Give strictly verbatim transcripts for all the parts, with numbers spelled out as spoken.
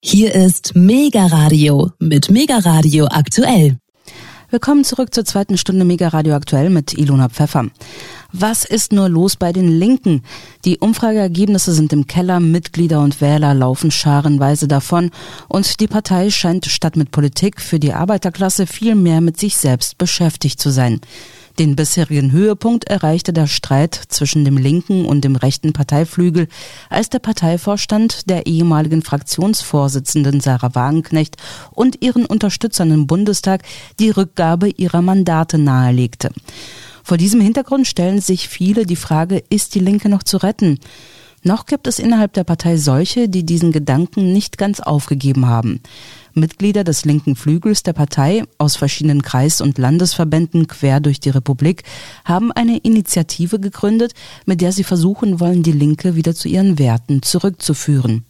Hier ist Mega Radio mit Mega Radio aktuell. Willkommen zurück zur zweiten Stunde Mega Radio aktuell mit Ilona Pfeffer. Was ist nur los bei den Linken? Die Umfrageergebnisse sind im Keller, Mitglieder und Wähler laufen scharenweise davon und die Partei scheint statt mit Politik für die Arbeiterklasse viel mehr mit sich selbst beschäftigt zu sein. Den bisherigen Höhepunkt erreichte der Streit zwischen dem linken und dem rechten Parteiflügel, als der Parteivorstand der ehemaligen Fraktionsvorsitzenden Sarah Wagenknecht und ihren Unterstützern im Bundestag die Rückgabe ihrer Mandate nahelegte. Vor diesem Hintergrund stellen sich viele die Frage, ist die Linke noch zu retten? Noch gibt es innerhalb der Partei solche, die diesen Gedanken nicht ganz aufgegeben haben. Mitglieder des linken Flügels der Partei aus verschiedenen Kreis- und Landesverbänden quer durch die Republik haben eine Initiative gegründet, mit der sie versuchen wollen, die Linke wieder zu ihren Werten zurückzuführen.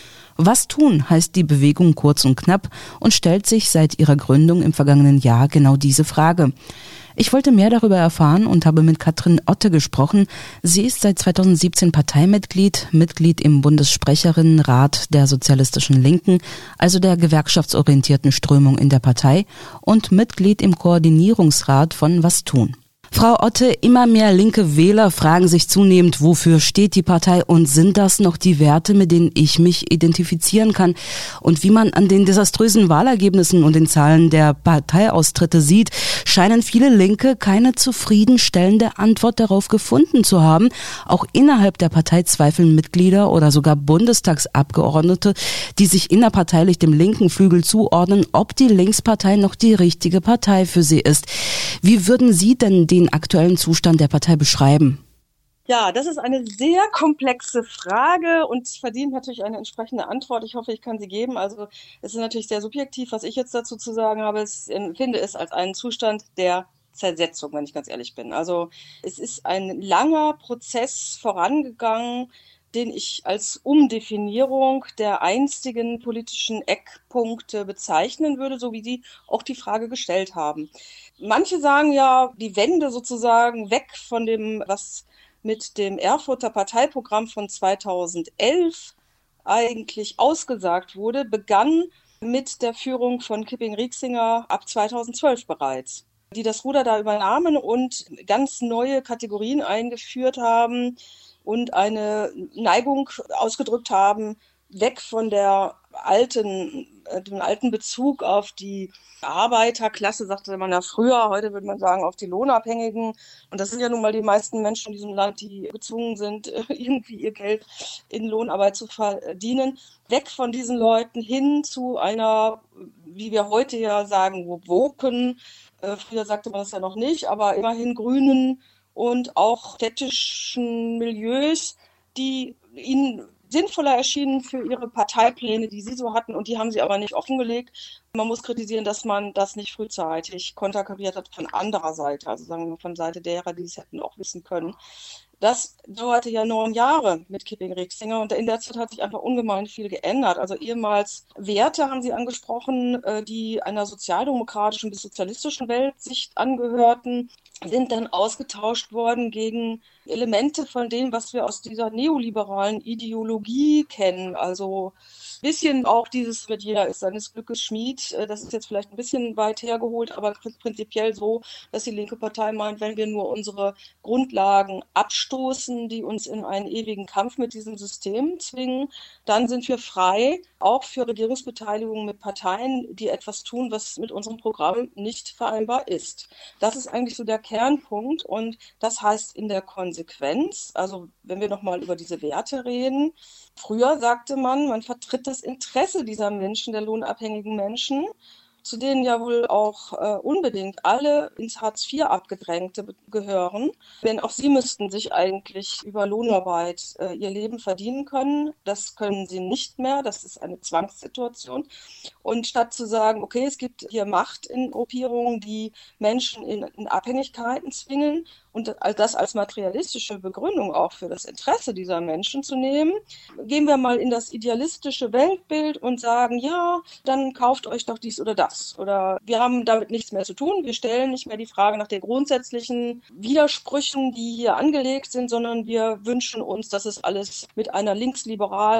Was tun, heißt die Bewegung kurz und knapp und stellt sich seit ihrer Gründung im vergangenen Jahr genau diese Frage. Ich wollte mehr darüber erfahren und habe mit Katrin Otte gesprochen. Sie ist seit zweitausendsiebzehn Parteimitglied, Mitglied im Bundessprecherinnenrat der Sozialistischen Linken, also der gewerkschaftsorientierten Strömung in der Partei, und Mitglied im Koordinierungsrat von Was tun. Frau Otte, immer mehr linke Wähler fragen sich zunehmend, wofür steht die Partei und sind das noch die Werte, mit denen ich mich identifizieren kann? Und wie man an den desaströsen Wahlergebnissen und den Zahlen der Parteiaustritte sieht, scheinen viele Linke keine zufriedenstellende Antwort darauf gefunden zu haben. Auch innerhalb der Partei zweifeln Mitglieder oder sogar Bundestagsabgeordnete, die sich innerparteilich dem linken Flügel zuordnen, ob die Linkspartei noch die richtige Partei für sie ist. Wie würden Sie denn den aktuellen Zustand der Partei beschreiben? Ja, das ist eine sehr komplexe Frage und verdient natürlich eine entsprechende Antwort. Ich hoffe, ich kann sie geben. Also es ist natürlich sehr subjektiv, was ich jetzt dazu zu sagen habe. Ich empfinde es als einen Zustand der Zersetzung, wenn ich ganz ehrlich bin. Also es ist ein langer Prozess vorangegangen, den ich als Umdefinierung der einstigen politischen Eckpunkte bezeichnen würde, so wie Sie auch die Frage gestellt haben. Manche sagen ja, die Wende sozusagen weg von dem, was mit dem Erfurter Parteiprogramm von zweitausendelf eigentlich ausgesagt wurde, begann mit der Führung von Kipping-Riexinger ab zweitausendzwölf bereits, die das Ruder da übernahmen und ganz neue Kategorien eingeführt haben und eine Neigung ausgedrückt haben, weg von der alten, äh, dem alten Bezug auf die Arbeiterklasse, sagte man ja früher, heute würde man sagen auf die Lohnabhängigen. Und das sind ja nun mal die meisten Menschen in diesem Land, die gezwungen sind, irgendwie ihr Geld in Lohnarbeit zu verdienen. Weg von diesen Leuten hin zu einer, wie wir heute ja sagen, woken, äh, früher sagte man das ja noch nicht, aber immerhin grünen und auch städtischen Milieus, die ihnen sinnvoller erschienen für ihre Parteipläne, die sie so hatten, und die haben sie aber nicht offengelegt. Man muss kritisieren, dass man das nicht frühzeitig konterkariert hat von anderer Seite, also sagen wir von Seite derer, die es hätten auch wissen können. Das dauerte ja neun Jahre mit Kipping-Riexinger und in der Zeit hat sich einfach ungemein viel geändert. Also ehemals Werte haben Sie angesprochen, die einer sozialdemokratischen bis sozialistischen Weltsicht angehörten, sind dann ausgetauscht worden gegen Elemente von dem, was wir aus dieser neoliberalen Ideologie kennen. Also ein bisschen auch dieses mit jeder ist seines Glückes Schmied. Das ist jetzt vielleicht ein bisschen weit hergeholt, aber prinzipiell so, dass die linke Partei meint, wenn wir nur unsere Grundlagen abstoßen, die uns in einen ewigen Kampf mit diesem System zwingen, dann sind wir frei, auch für Regierungsbeteiligung mit Parteien, die etwas tun, was mit unserem Programm nicht vereinbar ist. Das ist eigentlich so der Kernpunkt und das heißt in der Konsequenz, also wenn wir nochmal über diese Werte reden, früher sagte man, man vertritt das Interesse dieser Menschen, der lohnabhängigen Menschen, zu denen ja wohl auch äh, unbedingt alle ins Hartz vier Abgedrängte gehören. Denn auch sie müssten sich eigentlich über Lohnarbeit äh, ihr Leben verdienen können. Das können sie nicht mehr. Das ist eine Zwangssituation. Und statt zu sagen, okay, es gibt hier Macht in Gruppierungen, die Menschen in, in Abhängigkeiten zwingen, und das als materialistische Begründung auch für das Interesse dieser Menschen zu nehmen, gehen wir mal in das idealistische Weltbild und sagen, ja, dann kauft euch doch dies oder das. Oder wir haben damit nichts mehr zu tun. Wir stellen nicht mehr die Frage nach den grundsätzlichen Widersprüchen, die hier angelegt sind, sondern wir wünschen uns, dass es alles mit einer linksliberalen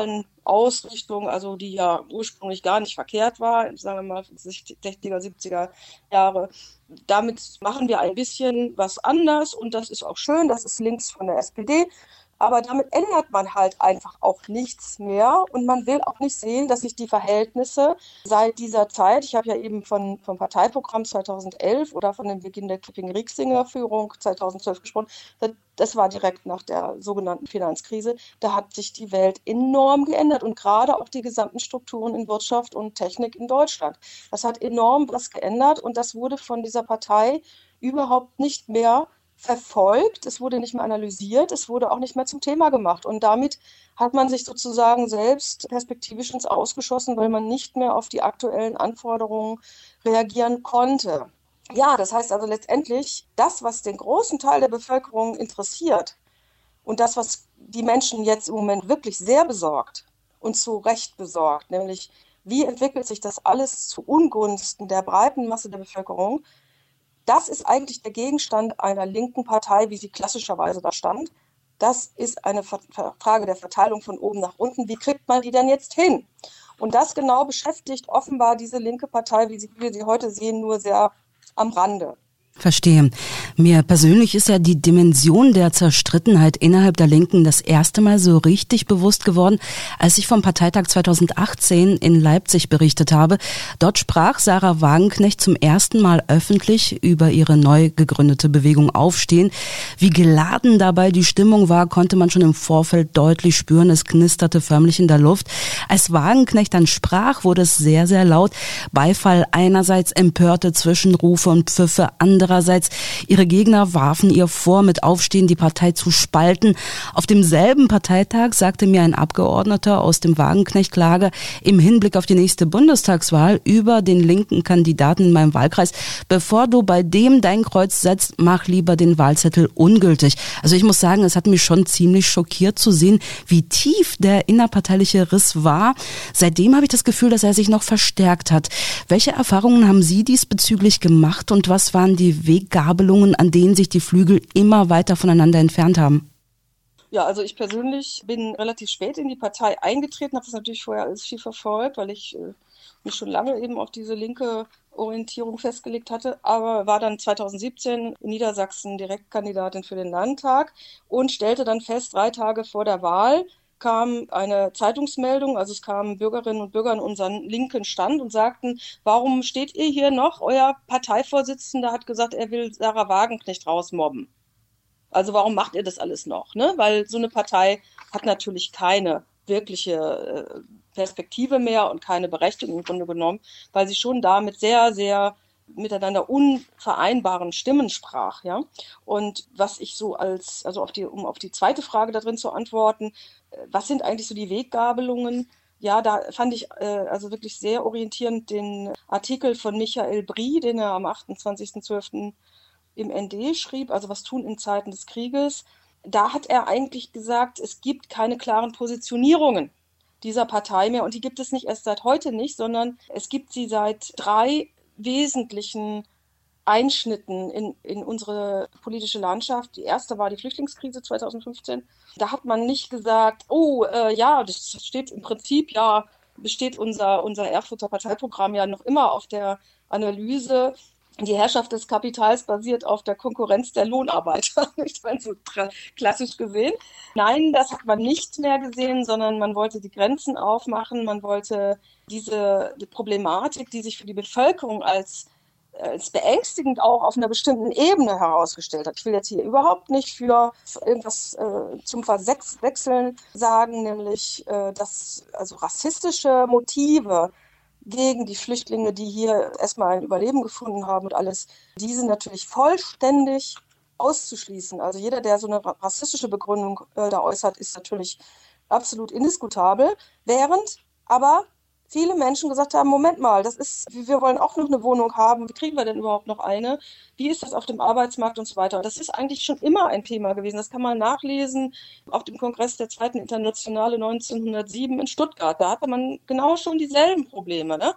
Ausrichtung, also die ja ursprünglich gar nicht verkehrt war, sagen wir mal sechziger, siebziger Jahre. Damit machen wir ein bisschen was anders und das ist auch schön, das ist links von der S P D. Aber damit ändert man halt einfach auch nichts mehr und man will auch nicht sehen, dass sich die Verhältnisse seit dieser Zeit, ich habe ja eben von, vom Parteiprogramm zweitausendelf oder von dem Beginn der Kipping-Rieksinger-Führung zweitausendzwölf gesprochen, das war direkt nach der sogenannten Finanzkrise, da hat sich die Welt enorm geändert und gerade auch die gesamten Strukturen in Wirtschaft und Technik in Deutschland. Das hat enorm was geändert und das wurde von dieser Partei überhaupt nicht mehr verfolgt, es wurde nicht mehr analysiert, es wurde auch nicht mehr zum Thema gemacht. Und damit hat man sich sozusagen selbst perspektivisch ins Ausgeschossen, weil man nicht mehr auf die aktuellen Anforderungen reagieren konnte. Ja, das heißt also letztendlich, das, was den großen Teil der Bevölkerung interessiert und das, was die Menschen jetzt im Moment wirklich sehr besorgt und zu Recht besorgt, nämlich wie entwickelt sich das alles zu Ungunsten der breiten Masse der Bevölkerung, das ist eigentlich der Gegenstand einer linken Partei, wie sie klassischerweise da stand. Das ist eine Frage der Verteilung von oben nach unten. Wie kriegt man die denn jetzt hin? Und das genau beschäftigt offenbar diese linke Partei, wie wir sie heute sehen, nur sehr am Rande. Verstehe. Mir persönlich ist ja die Dimension der Zerstrittenheit innerhalb der Linken das erste Mal so richtig bewusst geworden, als ich vom Parteitag zweitausendachtzehn in Leipzig berichtet habe. Dort sprach Sarah Wagenknecht zum ersten Mal öffentlich über ihre neu gegründete Bewegung Aufstehen. Wie geladen dabei die Stimmung war, konnte man schon im Vorfeld deutlich spüren. Es knisterte förmlich in der Luft. Als Wagenknecht dann sprach, wurde es sehr, sehr laut. Beifall einerseits, empörte Zwischenrufe und Pfiffe andererseits. Andererseits, ihre Gegner warfen ihr vor, mit Aufstehen die Partei zu spalten. Auf demselben Parteitag sagte mir ein Abgeordneter aus dem Wagenknecht-Lager im Hinblick auf die nächste Bundestagswahl über den linken Kandidaten in meinem Wahlkreis: Bevor du bei dem dein Kreuz setzt, mach lieber den Wahlzettel ungültig. Also ich muss sagen, es hat mich schon ziemlich schockiert zu sehen, wie tief der innerparteiliche Riss war. Seitdem habe ich das Gefühl, dass er sich noch verstärkt hat. Welche Erfahrungen haben Sie diesbezüglich gemacht und was waren die Weggabelungen, an denen sich die Flügel immer weiter voneinander entfernt haben? Ja, also ich persönlich bin relativ spät in die Partei eingetreten, habe das natürlich vorher alles viel verfolgt, weil ich äh, mich schon lange eben auf diese linke Orientierung festgelegt hatte, aber war dann zweitausendsiebzehn in Niedersachsen Direktkandidatin für den Landtag und stellte dann fest, drei Tage vor der Wahl kam eine Zeitungsmeldung, also es kamen Bürgerinnen und Bürger an unseren linken Stand und sagten, warum steht ihr hier noch? Euer Parteivorsitzender hat gesagt, er will Sarah Wagenknecht rausmobben. Also warum macht ihr das alles noch? Ne? Weil so eine Partei hat natürlich keine wirkliche Perspektive mehr und keine Berechtigung im Grunde genommen, weil sie schon da mit sehr, sehr miteinander unvereinbaren Stimmen sprach, ja. Und was ich so als, also auf die, um auf die zweite Frage da drin zu antworten, was sind eigentlich so die Weggabelungen? Ja, da fand ich äh, also wirklich sehr orientierend den Artikel von Michael Brie, den er am achtundzwanzigsten zwölften im N D schrieb, also was tun in Zeiten des Krieges. Da hat er eigentlich gesagt, es gibt keine klaren Positionierungen dieser Partei mehr und die gibt es nicht erst seit heute nicht, sondern es gibt sie seit drei wesentlichen Einschnitten in, in unsere politische Landschaft. Die erste war die Flüchtlingskrise zweitausendfünfzehn. Da hat man nicht gesagt, oh äh, ja, das steht im Prinzip, ja, besteht unser, unser Erfurter Parteiprogramm ja noch immer auf der Analyse, die Herrschaft des Kapitals basiert auf der Konkurrenz der Lohnarbeiter, nicht mal so tra- klassisch gesehen. Nein, das hat man nicht mehr gesehen, sondern man wollte die Grenzen aufmachen, man wollte diese die Problematik, die sich für die Bevölkerung als, als beängstigend auch auf einer bestimmten Ebene herausgestellt hat. Ich will jetzt hier überhaupt nicht für irgendwas äh, zum Verwechseln sagen, nämlich äh, dass also rassistische Motive gegen die Flüchtlinge, die hier erstmal ein Überleben gefunden haben und alles, diese natürlich vollständig auszuschließen. Also jeder, der so eine rassistische Begründung äh, da äußert, ist natürlich absolut indiskutabel, während aber viele Menschen gesagt haben, Moment mal, das ist, wir wollen auch noch eine Wohnung haben, wie kriegen wir denn überhaupt noch eine? Wie ist das auf dem Arbeitsmarkt und so weiter? Das ist eigentlich schon immer ein Thema gewesen, das kann man nachlesen auf dem Kongress der Zweiten Internationale neunzehnhundertsieben in Stuttgart. Da hatte man genau schon dieselben Probleme, ne?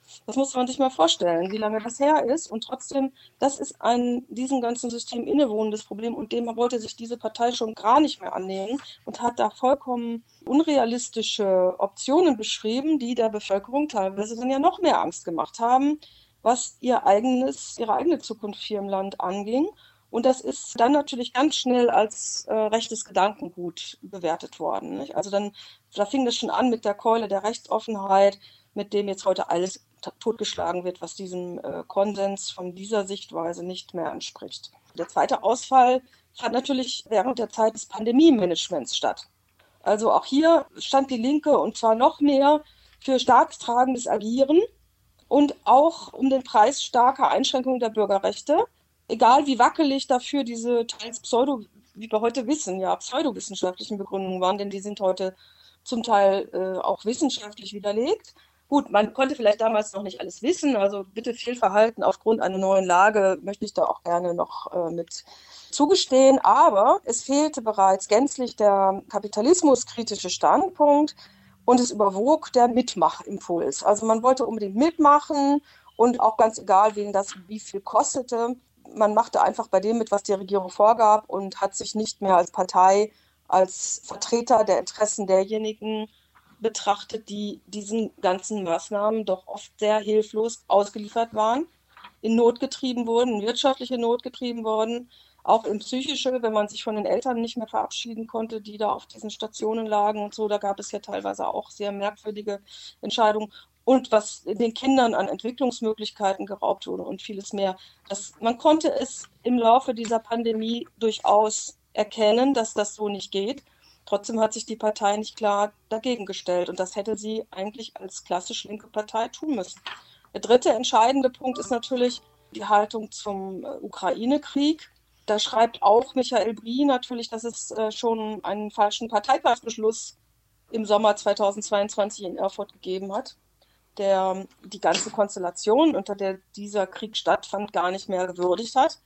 Das muss man sich mal vorstellen, wie lange das her ist. Und trotzdem, das ist ein diesem ganzen System innewohnendes Problem. Und dem wollte sich diese Partei schon gar nicht mehr annehmen und hat da vollkommen unrealistische Optionen beschrieben, die der Bevölkerung teilweise dann ja noch mehr Angst gemacht haben, was ihr eigenes, ihre eigene Zukunft hier im Land anging. Und das ist dann natürlich ganz schnell als äh, rechtes Gedankengut bewertet worden. Nicht? Also dann, da fing das schon an mit der Keule der Rechtsoffenheit, mit dem jetzt heute alles totgeschlagen wird, was diesem äh, Konsens von dieser Sichtweise nicht mehr entspricht. Der zweite Ausfall fand natürlich während der Zeit des Pandemie-Managements statt. Also auch hier stand die Linke und zwar noch mehr für staatstragendes Agieren und auch um den Preis starker Einschränkungen der Bürgerrechte. Egal wie wackelig dafür diese teils pseudo, wie wir heute wissen, ja, pseudowissenschaftlichen Begründungen waren, denn die sind heute zum Teil äh, auch wissenschaftlich widerlegt. Gut, man konnte vielleicht damals noch nicht alles wissen, also bitte Fehlverhalten aufgrund einer neuen Lage möchte ich da auch gerne noch äh, mit zugestehen, aber es fehlte bereits gänzlich der kapitalismuskritische Standpunkt und es überwog der Mitmachimpuls. Also man wollte unbedingt mitmachen und auch ganz egal, wen das wie viel kostete, man machte einfach bei dem mit, was die Regierung vorgab und hat sich nicht mehr als Partei, als Vertreter der Interessen derjenigen betrachtet, die diesen ganzen Maßnahmen doch oft sehr hilflos ausgeliefert waren, in Not getrieben wurden, in wirtschaftliche Not getrieben wurden, auch in psychische, wenn man sich von den Eltern nicht mehr verabschieden konnte, die da auf diesen Stationen lagen und so, da gab es ja teilweise auch sehr merkwürdige Entscheidungen. Und was den Kindern an Entwicklungsmöglichkeiten geraubt wurde und vieles mehr. Das, man konnte es im Laufe dieser Pandemie durchaus erkennen, dass das so nicht geht. Trotzdem hat sich die Partei nicht klar dagegen gestellt. Und das hätte sie eigentlich als klassisch linke Partei tun müssen. Der dritte entscheidende Punkt ist natürlich die Haltung zum Ukraine-Krieg. Da schreibt auch Michael Brie natürlich, dass es schon einen falschen Parteitagsbeschluss im Sommer zweitausendzweiundzwanzig in Erfurt gegeben hat, der die ganze Konstellation, unter der dieser Krieg stattfand, gar nicht mehr gewürdigt hat.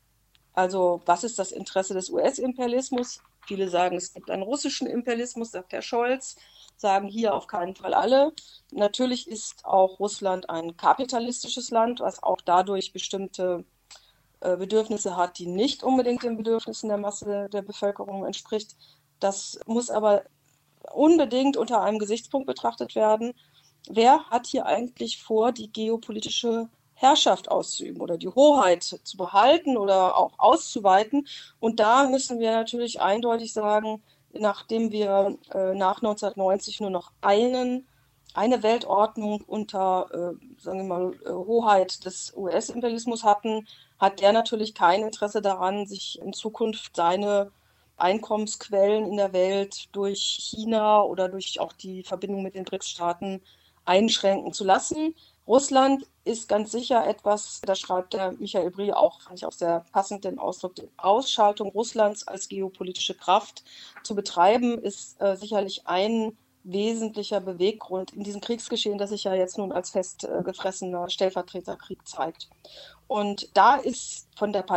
Also was ist das Interesse des U S-Imperialismus? Viele sagen, es gibt einen russischen Imperialismus, sagt Herr Scholz, sagen hier auf keinen Fall alle. Natürlich ist auch Russland ein kapitalistisches Land, was auch dadurch bestimmte äh, Bedürfnisse hat, die nicht unbedingt den Bedürfnissen der Masse der Bevölkerung entspricht. Das muss aber unbedingt unter einem Gesichtspunkt betrachtet werden. Wer hat hier eigentlich vor, die geopolitische Herrschaft auszuüben oder die Hoheit zu behalten oder auch auszuweiten? Und da müssen wir natürlich eindeutig sagen, nachdem wir äh, nach neunzehnhundertneunzig nur noch einen, eine Weltordnung unter äh, sagen wir mal, äh, Hoheit des U S-Imperialismus hatten, hat der natürlich kein Interesse daran, sich in Zukunft seine Einkommensquellen in der Welt durch China oder durch auch die Verbindung mit den BRICS-Staaten einschränken zu lassen. Russland ist ganz sicher etwas, da schreibt der Michael Brie auch, fand ich auch sehr passend den Ausdruck, die Ausschaltung Russlands als geopolitische Kraft zu betreiben, ist äh, sicherlich ein wesentlicher Beweggrund in diesem Kriegsgeschehen, das sich ja jetzt nun als festgefressener Stellvertreterkrieg zeigt. Und da ist von der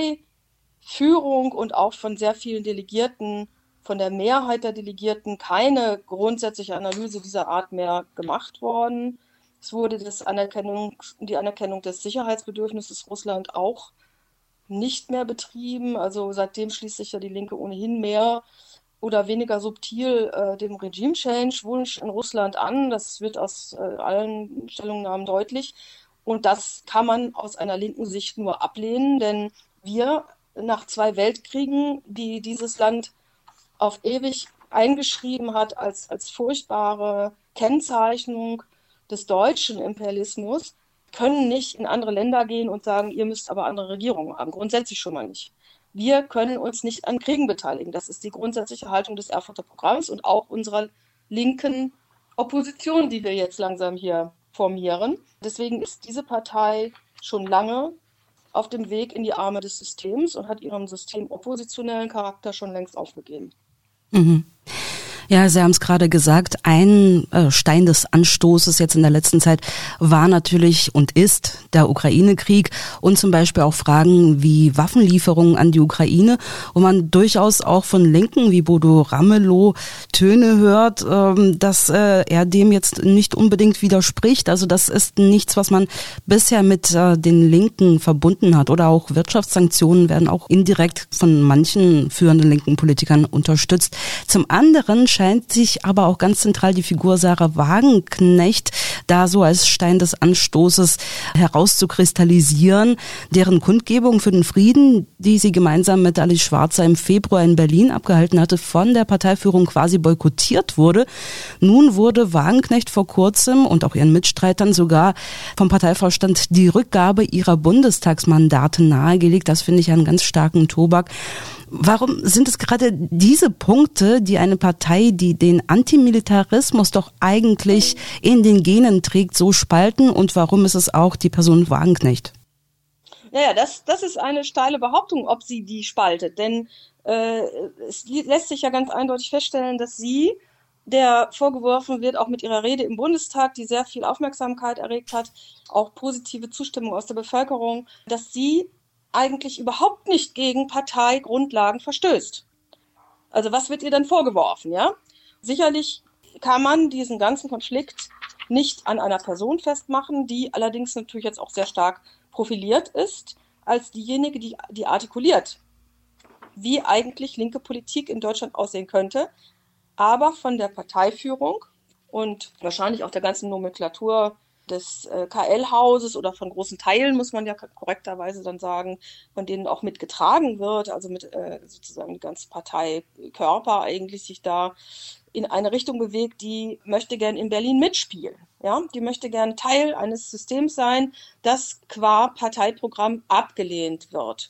Parteiführung und auch von sehr vielen Delegierten, von der Mehrheit der Delegierten keine grundsätzliche Analyse dieser Art mehr gemacht worden. Es wurde das Anerkennung, die Anerkennung des Sicherheitsbedürfnisses Russland auch nicht mehr betrieben. Also seitdem schließt sich ja die Linke ohnehin mehr oder weniger subtil äh, dem Regime-Change-Wunsch in Russland an. Das wird aus äh, allen Stellungnahmen deutlich. Und das kann man aus einer linken Sicht nur ablehnen, denn wir nach zwei Weltkriegen, die dieses Land auf ewig eingeschrieben hat als, als furchtbare Kennzeichnung des deutschen Imperialismus, können nicht in andere Länder gehen und sagen, ihr müsst aber andere Regierungen haben. Grundsätzlich schon mal nicht. Wir können uns nicht an Kriegen beteiligen. Das ist die grundsätzliche Haltung des Erfurter Programms und auch unserer linken Opposition, die wir jetzt langsam hier formieren. Deswegen ist diese Partei schon lange auf dem Weg in die Arme des Systems und hat ihren systemoppositionellen Charakter schon längst aufgegeben. Mhm. Ja, Sie haben es gerade gesagt, ein äh, Stein des Anstoßes jetzt in der letzten Zeit war natürlich und ist der Ukraine-Krieg und zum Beispiel auch Fragen wie Waffenlieferungen an die Ukraine, wo man durchaus auch von Linken wie Bodo Ramelow Töne hört, ähm, dass äh, er dem jetzt nicht unbedingt widerspricht. Also das ist nichts, was man bisher mit äh, den Linken verbunden hat. Oder auch Wirtschaftssanktionen werden auch indirekt von manchen führenden linken Politikern unterstützt. Zum anderen scheint sich aber auch ganz zentral die Figur Sarah Wagenknecht da so als Stein des Anstoßes herauszukristallisieren, deren Kundgebung für den Frieden, die sie gemeinsam mit Alice Schwarzer im Februar in Berlin abgehalten hatte, von der Parteiführung quasi boykottiert wurde. Nun wurde Wagenknecht vor kurzem und auch ihren Mitstreitern sogar vom Parteivorstand die Rückgabe ihrer Bundestagsmandate nahegelegt. Das finde ich einen ganz starken Tobak. Warum sind es gerade diese Punkte, die eine Partei, die den Antimilitarismus doch eigentlich in den Genen trägt, so spalten? Und warum ist es auch die Person Wagenknecht? Naja, das, das ist eine steile Behauptung, ob sie die spaltet. Denn äh, es lässt sich ja ganz eindeutig feststellen, dass sie, der vorgeworfen wird, auch mit ihrer Rede im Bundestag, die sehr viel Aufmerksamkeit erregt hat, auch positive Zustimmung aus der Bevölkerung, dass sie eigentlich überhaupt nicht gegen Parteigrundlagen verstößt. Also was wird ihr dann vorgeworfen, ja? Sicherlich kann man diesen ganzen Konflikt nicht an einer Person festmachen, die allerdings natürlich jetzt auch sehr stark profiliert ist, als diejenige, die, die artikuliert, wie eigentlich linke Politik in Deutschland aussehen könnte, aber von der Parteiführung und wahrscheinlich auch der ganzen Nomenklatur des äh, K L-Hauses oder von großen Teilen, muss man ja korrekterweise dann sagen, von denen auch mitgetragen wird, also mit äh, sozusagen die ganze Parteikörper eigentlich sich da in eine Richtung bewegt, die möchte gern in Berlin mitspielen. Ja? Die möchte gern Teil eines Systems sein, das qua Parteiprogramm abgelehnt wird,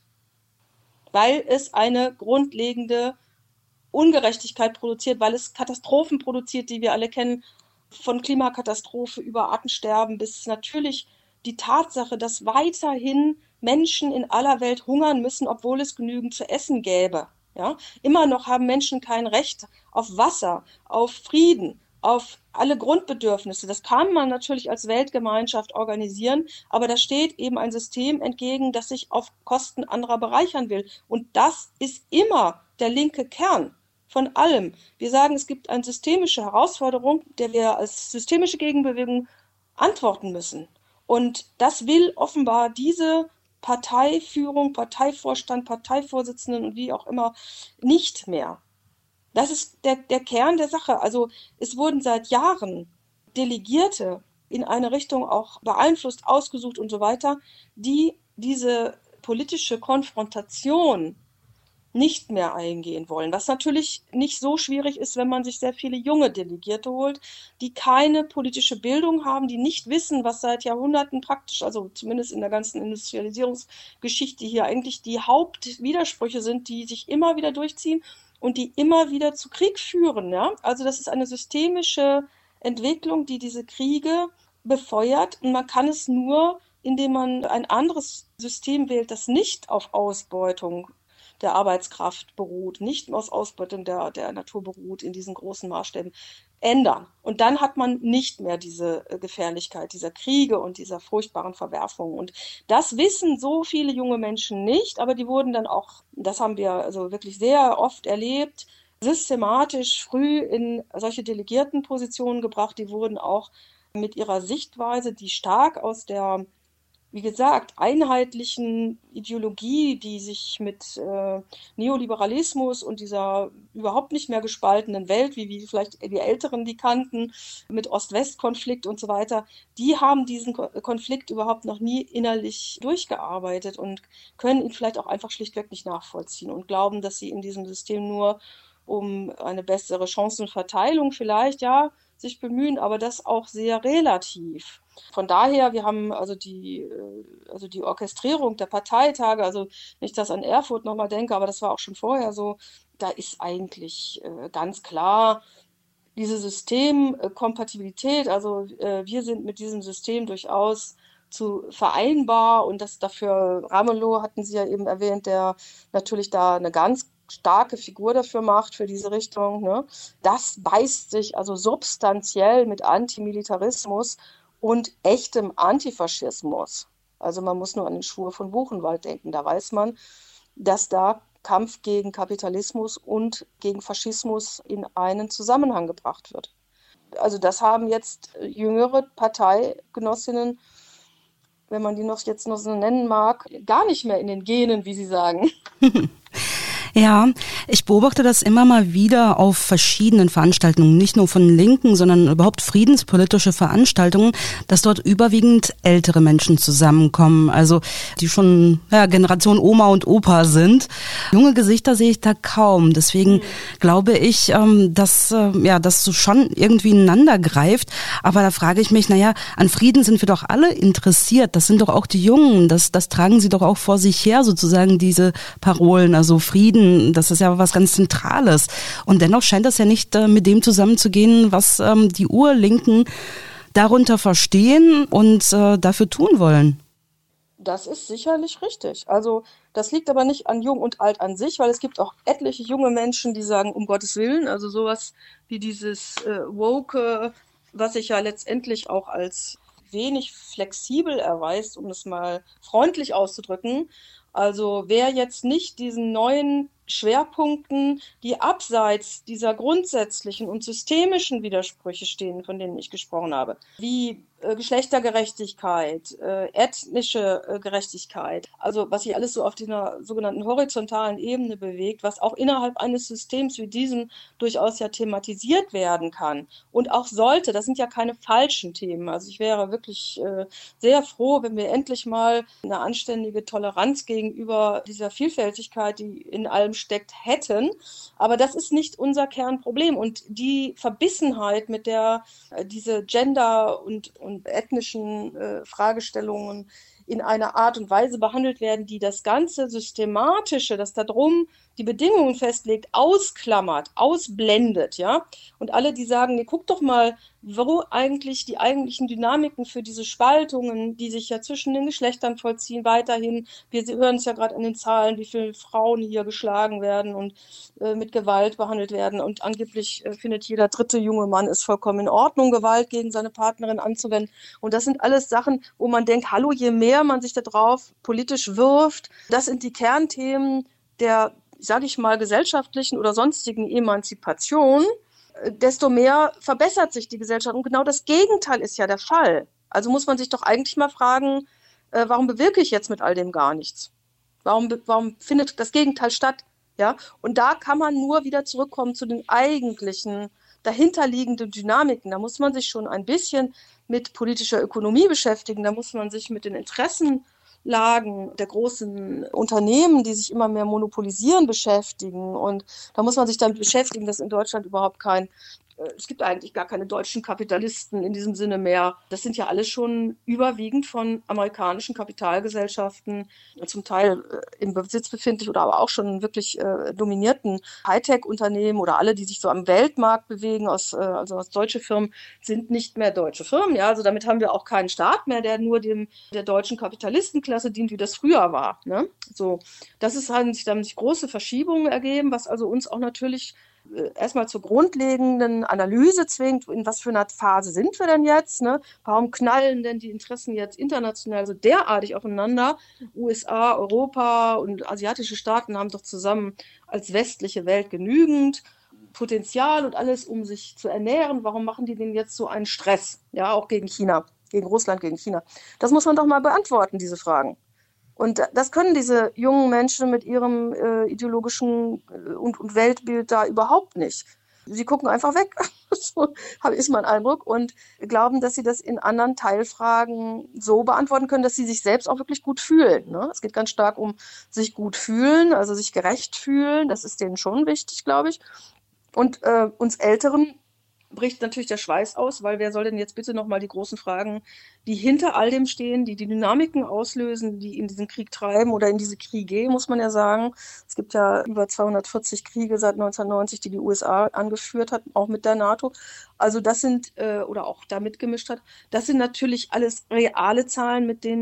weil es eine grundlegende Ungerechtigkeit produziert, weil es Katastrophen produziert, die wir alle kennen, von Klimakatastrophe über Artensterben bis natürlich die Tatsache, dass weiterhin Menschen in aller Welt hungern müssen, obwohl es genügend zu essen gäbe. Ja? Immer noch haben Menschen kein Recht auf Wasser, auf Frieden, auf alle Grundbedürfnisse. Das kann man natürlich als Weltgemeinschaft organisieren, aber da steht eben ein System entgegen, das sich auf Kosten anderer bereichern will. Und das ist immer der linke Kern von allem. Wir sagen, es gibt eine systemische Herausforderung, der wir als systemische Gegenbewegung antworten müssen. Und das will offenbar diese Parteiführung, Parteivorstand, Parteivorsitzenden und wie auch immer nicht mehr. Das ist der, der Kern der Sache. Also es wurden seit Jahren Delegierte in eine Richtung auch beeinflusst, ausgesucht und so weiter, die diese politische Konfrontation nicht mehr eingehen wollen. Was natürlich nicht so schwierig ist, wenn man sich sehr viele junge Delegierte holt, die keine politische Bildung haben, die nicht wissen, was seit Jahrhunderten praktisch, also zumindest in der ganzen Industrialisierungsgeschichte hier eigentlich die Hauptwidersprüche sind, die sich immer wieder durchziehen und die immer wieder zu Krieg führen. Ja? Also das ist eine systemische Entwicklung, die diese Kriege befeuert und man kann es nur, indem man ein anderes System wählt, das nicht auf Ausbeutung der Arbeitskraft beruht, nicht aus Ausbeutung der, der Natur beruht in diesen großen Maßstäben, ändern. Und dann hat man nicht mehr diese Gefährlichkeit dieser Kriege und dieser furchtbaren Verwerfungen. Und das wissen so viele junge Menschen nicht, aber die wurden dann auch, das haben wir also wirklich sehr oft erlebt, systematisch früh in solche Delegiertenpositionen gebracht. Die wurden auch mit ihrer Sichtweise, die stark aus der, wie gesagt, einheitlichen Ideologie, die sich mit äh, Neoliberalismus und dieser überhaupt nicht mehr gespaltenen Welt, wie, wie vielleicht die Älteren die kannten, mit Ost-West-Konflikt und so weiter, die haben diesen Ko- Konflikt überhaupt noch nie innerlich durchgearbeitet und können ihn vielleicht auch einfach schlichtweg nicht nachvollziehen und glauben, dass sie in diesem System nur um eine bessere Chancenverteilung vielleicht, ja, sich bemühen, aber das auch sehr relativ. Von daher, wir haben also die, also die Orchestrierung der Parteitage, also wenn ich das an Erfurt nochmal denke, aber das war auch schon vorher so, da ist eigentlich äh, ganz klar diese Systemkompatibilität, also äh, wir sind mit diesem System durchaus zu vereinbar und das dafür, Ramelow hatten Sie ja eben erwähnt, der natürlich da eine ganz starke Figur dafür macht, für diese Richtung, ne? Das beißt sich also substanziell mit Antimilitarismus und echtem Antifaschismus. Also man muss nur an den Schwur von Buchenwald denken. Da weiß man, dass da Kampf gegen Kapitalismus und gegen Faschismus in einen Zusammenhang gebracht wird. Also das haben jetzt jüngere Parteigenossinnen, wenn man die noch jetzt noch so nennen mag, gar nicht mehr in den Genen, wie sie sagen. Ja, ich beobachte das immer mal wieder auf verschiedenen Veranstaltungen, nicht nur von Linken, sondern überhaupt friedenspolitische Veranstaltungen, dass dort überwiegend ältere Menschen zusammenkommen, also die schon ja, Generation Oma und Opa sind. Junge Gesichter sehe ich da kaum, deswegen mhm. glaube ich, ähm, dass äh, ja, das so schon irgendwie ineinander greift, aber da frage ich mich, naja, an Frieden sind wir doch alle interessiert, das sind doch auch die Jungen, das, das tragen sie doch auch vor sich her, sozusagen diese Parolen, also Frieden, das ist ja was ganz Zentrales. Und dennoch scheint das ja nicht äh, mit dem zusammenzugehen, was ähm, die Urlinken darunter verstehen und äh, dafür tun wollen. Das ist sicherlich richtig. Also das liegt aber nicht an Jung und Alt an sich, weil es gibt auch etliche junge Menschen, die sagen, um Gottes Willen, also sowas wie dieses äh, Woke, was sich ja letztendlich auch als wenig flexibel erweist, um es mal freundlich auszudrücken. Also wer jetzt nicht diesen neuen Schwerpunkten, die abseits dieser grundsätzlichen und systemischen Widersprüche stehen, von denen ich gesprochen habe, wie äh, Geschlechtergerechtigkeit, äh, ethnische äh, Gerechtigkeit, also was sich alles so auf dieser sogenannten horizontalen Ebene bewegt, was auch innerhalb eines Systems wie diesem durchaus ja thematisiert werden kann und auch sollte. Das sind ja keine falschen Themen. Also ich wäre wirklich äh, sehr froh, wenn wir endlich mal eine anständige Toleranz gegenüber dieser Vielfältigkeit, die in allem steckt, hätten. Aber das ist nicht unser Kernproblem. Und die Verbissenheit, mit der äh, diese Gender- und, und ethnischen äh, Fragestellungen in einer Art und Weise behandelt werden, die das ganze Systematische, das da drum die Bedingungen festlegt, ausklammert, ausblendet, ja. Und alle, die sagen, nee, guck doch mal, wo eigentlich die eigentlichen Dynamiken für diese Spaltungen, die sich ja zwischen den Geschlechtern vollziehen, weiterhin. Wir hören es ja gerade an den Zahlen, wie viele Frauen hier geschlagen werden und äh, mit Gewalt behandelt werden. Und angeblich äh, findet jeder dritte junge Mann es vollkommen in Ordnung, Gewalt gegen seine Partnerin anzuwenden. Und das sind alles Sachen, wo man denkt, hallo, je mehr man sich da drauf politisch wirft, das sind die Kernthemen der, sage ich mal, gesellschaftlichen oder sonstigen Emanzipation, desto mehr verbessert sich die Gesellschaft. Und genau das Gegenteil ist ja der Fall. Also muss man sich doch eigentlich mal fragen, äh, warum bewirke ich jetzt mit all dem gar nichts? Warum, warum findet das Gegenteil statt? Ja? Und da kann man nur wieder zurückkommen zu den eigentlichen dahinterliegenden Dynamiken. Da muss man sich schon ein bisschen mit politischer Ökonomie beschäftigen. Da muss man sich mit den Interessen Lagen der großen Unternehmen, die sich immer mehr monopolisieren, beschäftigen. Und da muss man sich damit beschäftigen, dass in Deutschland überhaupt kein, äh, es gibt eigentlich gar keine deutschen Kapitalisten in diesem Sinne mehr. Das sind ja alles schon überwiegend von amerikanischen Kapitalgesellschaften, zum Teil äh, im Besitz befindlich oder aber auch schon wirklich äh, dominierten Hightech-Unternehmen oder alle, die sich so am Weltmarkt bewegen, aus, äh, also aus deutsche Firmen, sind nicht mehr deutsche Firmen. Ja, also damit haben wir auch keinen Staat mehr, der nur dem der deutschen Kapitalistenklasse dient, wie das früher war. Ne? So, das ist halt, da haben sich große Verschiebungen ergeben, was also uns auch natürlich äh, erstmal zur grundlegenden Analyse zwingt, in was für einer Phase sind wir denn jetzt? Ne? Warum knallen denn die Interessen jetzt international so derartig aufeinander? U S A, Europa und asiatische Staaten haben doch zusammen als westliche Welt genügend Potenzial und alles, um sich zu ernähren. Warum machen die denn jetzt so einen Stress? Ja, auch gegen China, gegen Russland, gegen China. Das muss man doch mal beantworten, diese Fragen. Und das können diese jungen Menschen mit ihrem äh, ideologischen äh, und, und Weltbild da überhaupt nicht. Sie gucken einfach weg, so ist mein Eindruck, und glauben, dass sie das in anderen Teilfragen so beantworten können, dass sie sich selbst auch wirklich gut fühlen. Ne? Es geht ganz stark um sich gut fühlen, also sich gerecht fühlen. Das ist denen schon wichtig, glaube ich. Und äh, uns Älteren bricht natürlich der Schweiß aus, weil wer soll denn jetzt bitte nochmal die großen Fragen, die hinter all dem stehen, die die Dynamiken auslösen, die in diesen Krieg treiben oder in diese Kriege, muss man ja sagen. Es gibt ja über zweihundertvierzig Kriege seit neunzehnhundertneunzig, die die U S A angeführt hat, auch mit der NATO. Also das sind, äh, oder auch da mitgemischt hat, das sind natürlich alles reale Zahlen, mit denen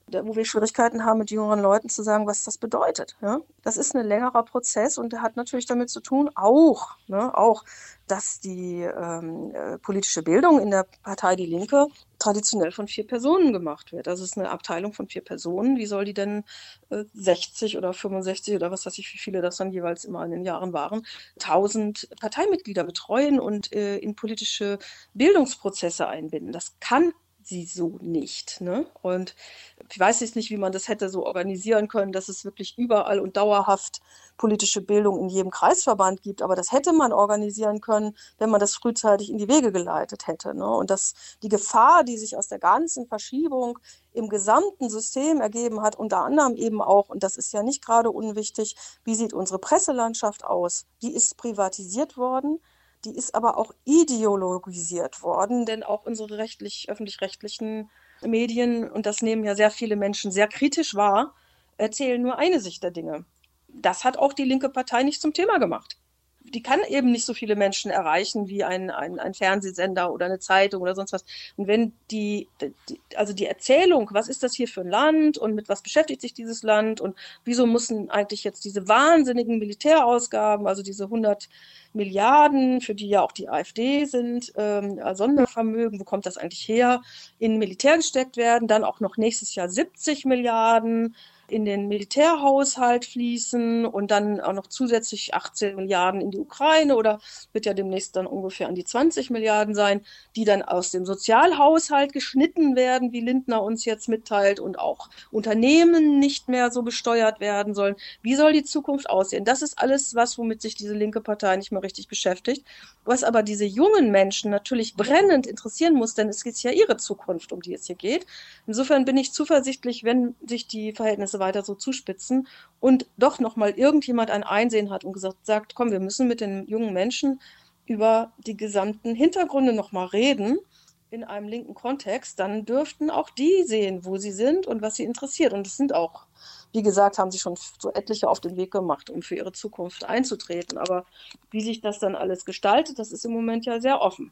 wo wir Schwierigkeiten haben, mit jüngeren Leuten zu sagen, was das bedeutet. Ja? Das ist ein längerer Prozess und der hat natürlich damit zu tun, auch, ne, auch, dass die ähm, äh, politische Bildung in der Partei Die Linke traditionell von vier Personen gemacht wird. Also es ist eine Abteilung von vier Personen. Wie soll die denn äh, sechzig oder fünfundsechzig oder was weiß ich, wie viele das dann jeweils immer in den Jahren waren, tausend Parteimitglieder betreuen und äh, in politische Bildungsprozesse einbinden? Das kann sie so nicht. Ne? Und ich weiß jetzt nicht, wie man das hätte so organisieren können, dass es wirklich überall und dauerhaft politische Bildung in jedem Kreisverband gibt. Aber das hätte man organisieren können, wenn man das frühzeitig in die Wege geleitet hätte. Ne? Und dass die Gefahr, die sich aus der ganzen Verschiebung im gesamten System ergeben hat, unter anderem eben auch, und das ist ja nicht gerade unwichtig, wie sieht unsere Presselandschaft aus? Die ist privatisiert worden. Die ist aber auch ideologisiert worden, denn auch unsere rechtlich, öffentlich-rechtlichen Medien, und das nehmen ja sehr viele Menschen sehr kritisch wahr, erzählen nur eine Sicht der Dinge. Das hat auch die linke Partei nicht zum Thema gemacht. Die kann eben nicht so viele Menschen erreichen wie ein, ein, ein Fernsehsender oder eine Zeitung oder sonst was. Und wenn die, die, also die Erzählung, was ist das hier für ein Land und mit was beschäftigt sich dieses Land und wieso müssen eigentlich jetzt diese wahnsinnigen Militärausgaben, also diese hundert Milliarden, für die ja auch die AfD sind, ähm, Sondervermögen, wo kommt das eigentlich her, in Militär gesteckt werden, dann auch noch nächstes Jahr siebzig Milliarden in den Militärhaushalt fließen und dann auch noch zusätzlich achtzehn Milliarden in die Ukraine oder wird ja demnächst dann ungefähr an die zwanzig Milliarden sein, die dann aus dem Sozialhaushalt geschnitten werden, wie Lindner uns jetzt mitteilt, und auch Unternehmen nicht mehr so besteuert werden sollen. Wie soll die Zukunft aussehen? Das ist alles was, womit sich diese linke Partei nicht mehr richtig beschäftigt, was aber diese jungen Menschen natürlich brennend interessieren muss, denn es ist ja ihre Zukunft, um die es hier geht. Insofern bin ich zuversichtlich, wenn sich die Verhältnisse weiter so zuspitzen und doch nochmal irgendjemand ein Einsehen hat und gesagt, sagt, komm, wir müssen mit den jungen Menschen über die gesamten Hintergründe nochmal reden in einem linken Kontext, dann dürften auch die sehen, wo sie sind und was sie interessiert. Und es sind auch, wie gesagt, haben sie schon so etliche auf den Weg gemacht, um für ihre Zukunft einzutreten. Aber wie sich das dann alles gestaltet, das ist im Moment ja sehr offen.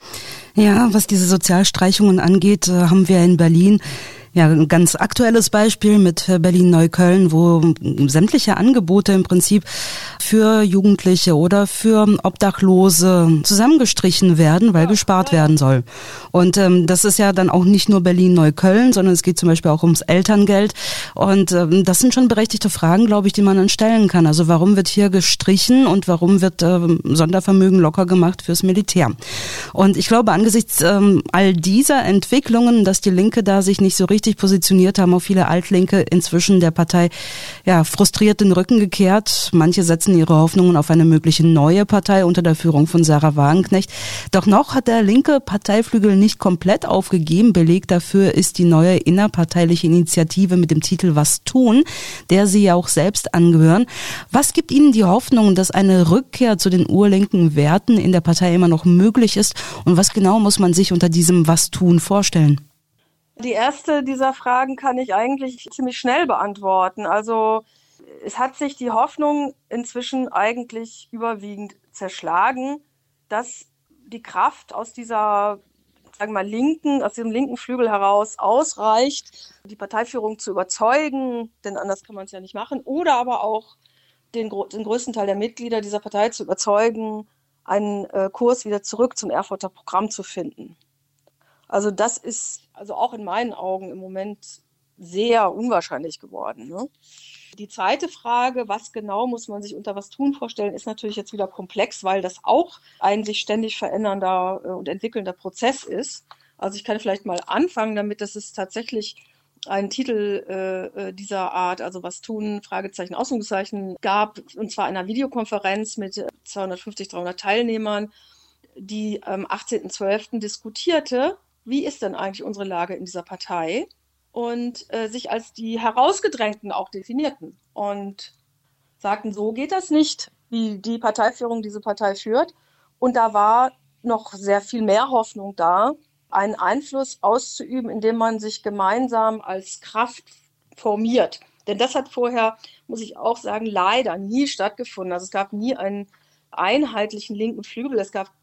Ja, was diese Sozialstreichungen angeht, haben wir in Berlin ja ein ganz aktuelles Beispiel mit Berlin-Neukölln, wo sämtliche Angebote im Prinzip für Jugendliche oder für Obdachlose zusammengestrichen werden, weil gespart werden soll. Und ähm, das ist ja dann auch nicht nur Berlin-Neukölln, sondern es geht zum Beispiel auch ums Elterngeld. Und ähm, das sind schon berechtigte Fragen, glaube ich, die man dann stellen kann. Also warum wird hier gestrichen und warum wird ähm, Sondervermögen locker gemacht fürs Militär? Und ich glaube, angesichts ähm, all dieser Entwicklungen, dass die Linke da sich nicht so richtig positioniert haben, auch viele Altlinke inzwischen der Partei ja frustriert den Rücken gekehrt. Manche setzen ihre Hoffnungen auf eine mögliche neue Partei unter der Führung von Sarah Wagenknecht. Doch noch hat der linke Parteiflügel nicht komplett aufgegeben. Beleg dafür ist die neue innerparteiliche Initiative mit dem Titel Was tun, der Sie ja auch selbst angehören. Was gibt Ihnen die Hoffnung, dass eine Rückkehr zu den urlinken Werten in der Partei immer noch möglich ist? Und was genau muss man sich unter diesem Was tun vorstellen? Die erste dieser Fragen kann ich eigentlich ziemlich schnell beantworten. Also es hat sich die Hoffnung inzwischen eigentlich überwiegend zerschlagen, dass die Kraft aus dieser, sagen wir mal, linken, aus diesem linken Flügel heraus ausreicht, die Parteiführung zu überzeugen, denn anders kann man es ja nicht machen, oder aber auch den, den größten Teil der Mitglieder dieser Partei zu überzeugen, einen äh, Kurs wieder zurück zum Erfurter Programm zu finden. Also das ist also auch in meinen Augen im Moment sehr unwahrscheinlich geworden. Ne? Die zweite Frage, was genau muss man sich unter was tun vorstellen, ist natürlich jetzt wieder komplex, weil das auch ein sich ständig verändernder und entwickelnder Prozess ist. Also ich kann vielleicht mal anfangen damit, dass es tatsächlich einen Titel äh, dieser Art, also was tun, Fragezeichen, Ausrufezeichen, gab, und zwar einer Videokonferenz mit zweihundertfünfzig, dreihundert Teilnehmern, die am achtzehnten zwölften diskutierte, wie ist denn eigentlich unsere Lage in dieser Partei, und äh, sich als die Herausgedrängten auch definierten und sagten, so geht das nicht, wie die Parteiführung diese Partei führt. Und da war noch sehr viel mehr Hoffnung da, einen Einfluss auszuüben, indem man sich gemeinsam als Kraft formiert. Denn das hat vorher, muss ich auch sagen, leider nie stattgefunden. Also es gab nie einen einheitlichen linken Flügel. Es gab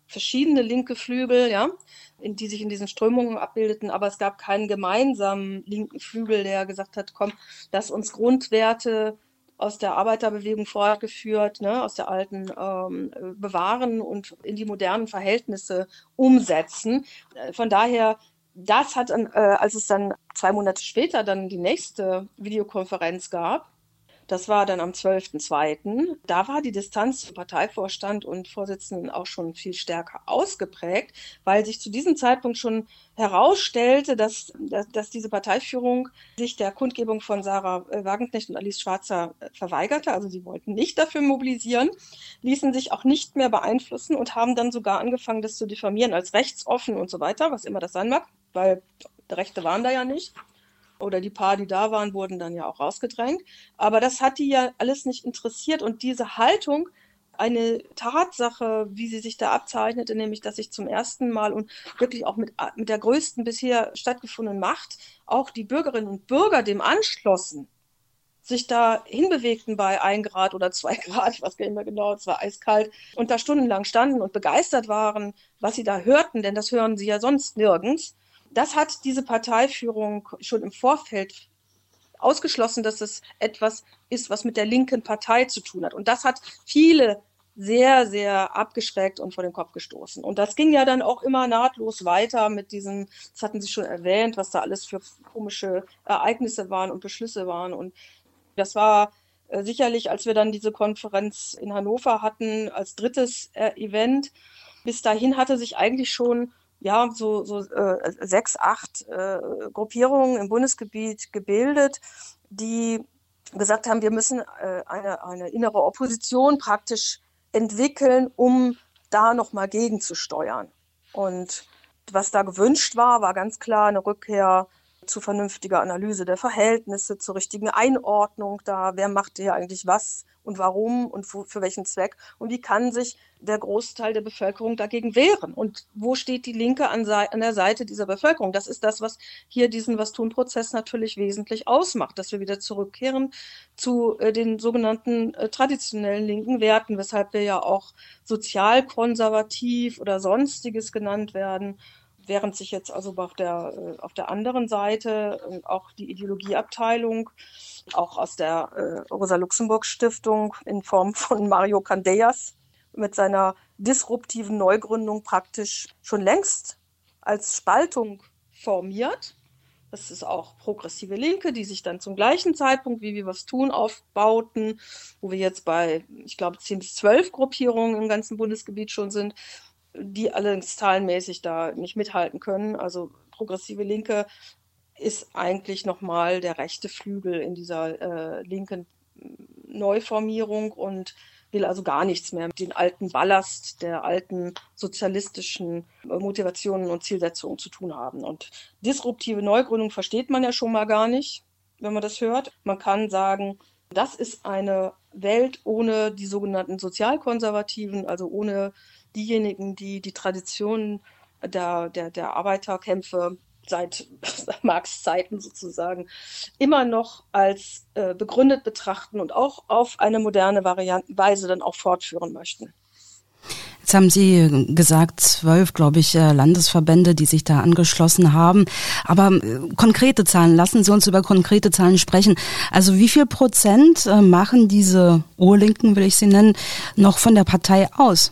verschiedene linke Flügel, ja, in die sich in diesen Strömungen abbildeten, aber es gab keinen gemeinsamen linken Flügel, der gesagt hat, komm, lass uns Grundwerte aus der Arbeiterbewegung fortgeführt, ne, aus der alten ähm, bewahren und in die modernen Verhältnisse umsetzen. Von daher, das hat, äh, als es dann zwei Monate später dann die nächste Videokonferenz gab, das war dann am zwölften zweiten Da war die Distanz zum Parteivorstand und Vorsitzenden auch schon viel stärker ausgeprägt, weil sich zu diesem Zeitpunkt schon herausstellte, dass, dass, dass diese Parteiführung sich der Kundgebung von Sarah Wagenknecht und Alice Schwarzer verweigerte. Also sie wollten nicht dafür mobilisieren, ließen sich auch nicht mehr beeinflussen und haben dann sogar angefangen, das zu diffamieren als rechtsoffen und so weiter, was immer das sein mag, weil Rechte waren da ja nicht. Oder die paar, die da waren, wurden dann ja auch rausgedrängt. Aber das hat die ja alles nicht interessiert. Und diese Haltung, eine Tatsache, wie sie sich da abzeichnete, nämlich, dass sich zum ersten Mal und wirklich auch mit, mit der größten bisher stattgefundenen Macht auch die Bürgerinnen und Bürger dem anschlossen, sich da hinbewegten bei ein Grad oder zwei Grad, ich weiß gar nicht mehr genau, es war eiskalt, und da stundenlang standen und begeistert waren, was sie da hörten, denn das hören sie ja sonst nirgends. Das hat diese Parteiführung schon im Vorfeld ausgeschlossen, dass es etwas ist, was mit der linken Partei zu tun hat. Und das hat viele sehr, sehr abgeschreckt und vor den Kopf gestoßen. Und das ging ja dann auch immer nahtlos weiter mit diesen, das hatten Sie schon erwähnt, was da alles für komische Ereignisse waren und Beschlüsse waren. Und das war äh, sicherlich, als wir dann diese Konferenz in Hannover hatten, als drittes äh, Event, bis dahin hatte sich eigentlich schon ja, so, so äh, sechs, acht äh, Gruppierungen im Bundesgebiet gebildet, die gesagt haben, wir müssen äh, eine, eine innere Opposition praktisch entwickeln, um da nochmal gegenzusteuern. Und was da gewünscht war, war ganz klar eine Rückkehr zu vernünftiger Analyse der Verhältnisse, zur richtigen Einordnung da, wer macht hier eigentlich was und warum und für, für welchen Zweck und wie kann sich der Großteil der Bevölkerung dagegen wehren und wo steht die Linke an, an der Seite dieser Bevölkerung. Das ist das, was hier diesen Was-tun-Prozess natürlich wesentlich ausmacht, dass wir wieder zurückkehren zu äh, den sogenannten äh, traditionellen linken Werten, weshalb wir ja auch sozialkonservativ oder sonstiges genannt werden, während sich jetzt also auf der, auf der anderen Seite auch die Ideologieabteilung, auch aus der äh, Rosa-Luxemburg-Stiftung in Form von Mario Candeias mit seiner disruptiven Neugründung praktisch schon längst als Spaltung formiert. Das ist auch progressive Linke, die sich dann zum gleichen Zeitpunkt, wie wir was tun, aufbauten, wo wir jetzt bei, ich glaube, zehn bis zwölf Gruppierungen im ganzen Bundesgebiet schon sind, die allerdings zahlenmäßig da nicht mithalten können. Also progressive Linke ist eigentlich nochmal der rechte Flügel in dieser äh, linken Neuformierung und will also gar nichts mehr mit dem alten Ballast der alten sozialistischen Motivationen und Zielsetzungen zu tun haben. Und disruptive Neugründung versteht man ja schon mal gar nicht, wenn man das hört. Man kann sagen, das ist eine Welt ohne die sogenannten Sozialkonservativen, also ohne diejenigen, die die Traditionen der, der, der Arbeiterkämpfe seit Marx Zeiten sozusagen immer noch als äh, begründet betrachten und auch auf eine moderne Variante, Weise dann auch fortführen möchten. Jetzt haben Sie gesagt, zwölf, glaube ich, Landesverbände, die sich da angeschlossen haben. Aber konkrete Zahlen, lassen Sie uns über konkrete Zahlen sprechen. Also wie viel Prozent machen diese Urlinken, will ich sie nennen, noch von der Partei aus?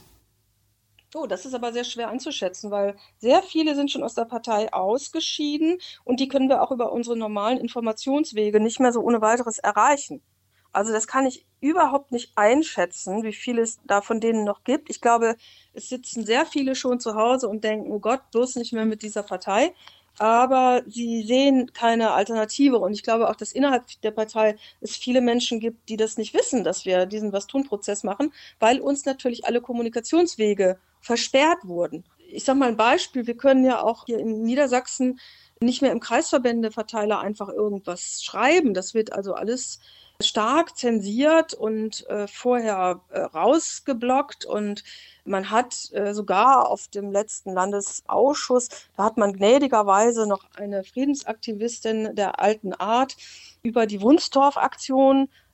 Oh, das ist aber sehr schwer einzuschätzen, weil sehr viele sind schon aus der Partei ausgeschieden und die können wir auch über unsere normalen Informationswege nicht mehr so ohne weiteres erreichen. Also das kann ich überhaupt nicht einschätzen, wie viel es da von denen noch gibt. Ich glaube, es sitzen sehr viele schon zu Hause und denken, oh Gott, bloß nicht mehr mit dieser Partei. Aber sie sehen keine Alternative. Und ich glaube auch, dass innerhalb der Partei es viele Menschen gibt, die das nicht wissen, dass wir diesen Was-tun-Prozess machen, weil uns natürlich alle Kommunikationswege versperrt wurden. Ich sage mal ein Beispiel, wir können ja auch hier in Niedersachsen nicht mehr im Kreisverbändeverteiler einfach irgendwas schreiben. Das wird also alles stark zensiert und äh, vorher äh, rausgeblockt und man hat äh, sogar auf dem letzten Landesausschuss, da hat man gnädigerweise noch eine Friedensaktivistin der alten Art über die Wunstorf-Aktion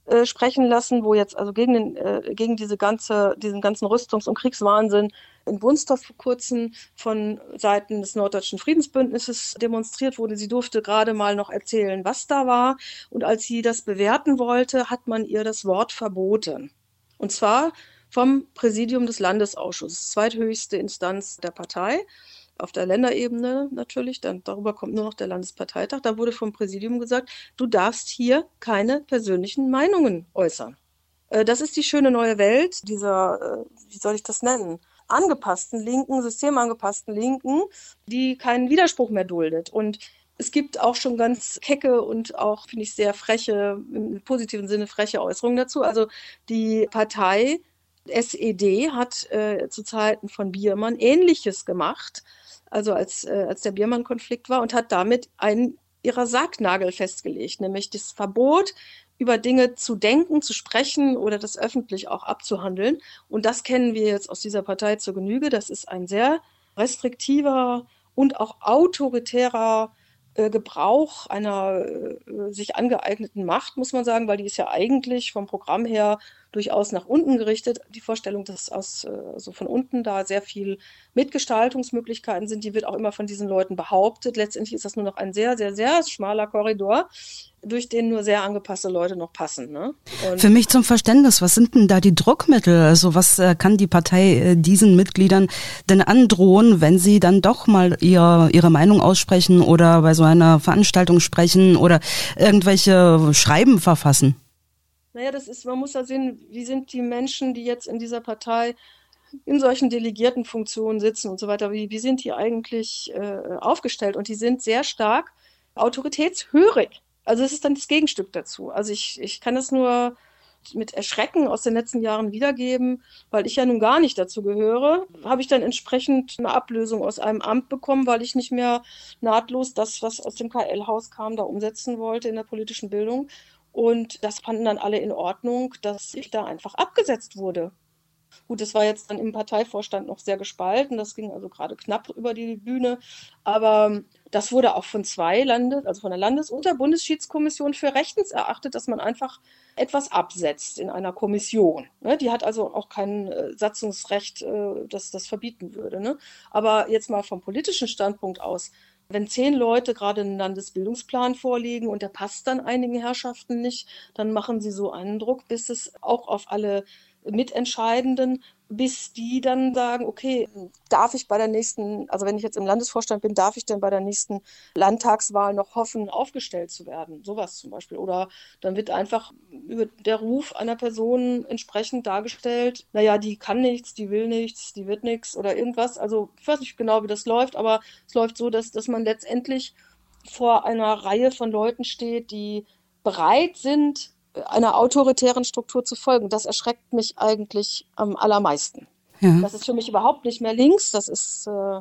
äh, sprechen lassen, wo jetzt also gegen, den, äh, gegen diese ganze, diesen ganzen Rüstungs- und Kriegswahnsinn in Wunstorf vor kurzem von Seiten des Norddeutschen Friedensbündnisses demonstriert wurde. Sie durfte gerade mal noch erzählen, was da war. Und als sie das bewerten wollte, hat man ihr das Wort verboten. Und zwar vom Präsidium des Landesausschusses, zweithöchste Instanz der Partei. Auf der Länderebene natürlich, dann darüber kommt nur noch der Landesparteitag. Da wurde vom Präsidium gesagt, du darfst hier keine persönlichen Meinungen äußern. Das ist die schöne neue Welt dieser, wie soll ich das nennen, angepassten Linken, systemangepassten Linken, die keinen Widerspruch mehr duldet. Und es gibt auch schon ganz kecke und auch, finde ich, sehr freche, im positiven Sinne freche Äußerungen dazu. Also die Partei S E D hat äh, zu Zeiten von Biermann Ähnliches gemacht, also als, äh, als der Biermann-Konflikt war, und hat damit einen ihrer Sargnagel festgelegt, nämlich das Verbot, über Dinge zu denken, zu sprechen oder das öffentlich auch abzuhandeln. Und das kennen wir jetzt aus dieser Partei zur Genüge. Das ist ein sehr restriktiver und auch autoritärer äh, Gebrauch einer äh, sich angeeigneten Macht, muss man sagen, weil die ist ja eigentlich vom Programm her durchaus nach unten gerichtet. Die Vorstellung, dass aus, also von unten da sehr viel Mitgestaltungsmöglichkeiten sind, die wird auch immer von diesen Leuten behauptet. Letztendlich ist das nur noch ein sehr, sehr, sehr schmaler Korridor, durch den nur sehr angepasste Leute noch passen. Ne? Und für mich zum Verständnis, was sind denn da die Druckmittel? Also was äh, kann die Partei äh, diesen Mitgliedern denn androhen, wenn sie dann doch mal ihr, ihre Meinung aussprechen oder bei so einer Veranstaltung sprechen oder irgendwelche Schreiben verfassen? Naja, das ist, man muss ja sehen, wie sind die Menschen, die jetzt in dieser Partei in solchen Delegiertenfunktionen sitzen und so weiter, wie, wie sind die eigentlich äh, aufgestellt? Und die sind sehr stark autoritätshörig. Also es ist dann das Gegenstück dazu. Also ich, ich kann das nur mit Erschrecken aus den letzten Jahren wiedergeben, weil ich ja nun gar nicht dazu gehöre, habe ich dann entsprechend eine Ablösung aus einem Amt bekommen, weil ich nicht mehr nahtlos das, was aus dem K L-Haus kam, da umsetzen wollte in der politischen Bildung. Und das fanden dann alle in Ordnung, dass ich da einfach abgesetzt wurde. Gut, das war jetzt dann im Parteivorstand noch sehr gespalten, das ging also gerade knapp über die Bühne, aber das wurde auch von zwei Landes-, also von der Landes- und der Bundesschiedskommission für rechtens erachtet, dass man einfach etwas absetzt in einer Kommission. Die hat also auch kein Satzungsrecht, das das verbieten würde. Aber jetzt mal vom politischen Standpunkt aus, wenn zehn Leute gerade einen Landesbildungsplan vorlegen und der passt dann einigen Herrschaften nicht, dann machen sie so einen Druck, bis es auch auf alle Mitentscheidenden, bis die dann sagen, okay, darf ich bei der nächsten, also wenn ich jetzt im Landesvorstand bin, darf ich denn bei der nächsten Landtagswahl noch hoffen, aufgestellt zu werden? Sowas zum Beispiel. Oder dann wird einfach über der Ruf einer Person entsprechend dargestellt, naja, die kann nichts, die will nichts, die wird nichts oder irgendwas. Also ich weiß nicht genau, wie das läuft, aber es läuft so, dass, dass man letztendlich vor einer Reihe von Leuten steht, die bereit sind, einer autoritären Struktur zu folgen. Das erschreckt mich eigentlich am allermeisten. Ja. Das ist für mich überhaupt nicht mehr links, das ist äh,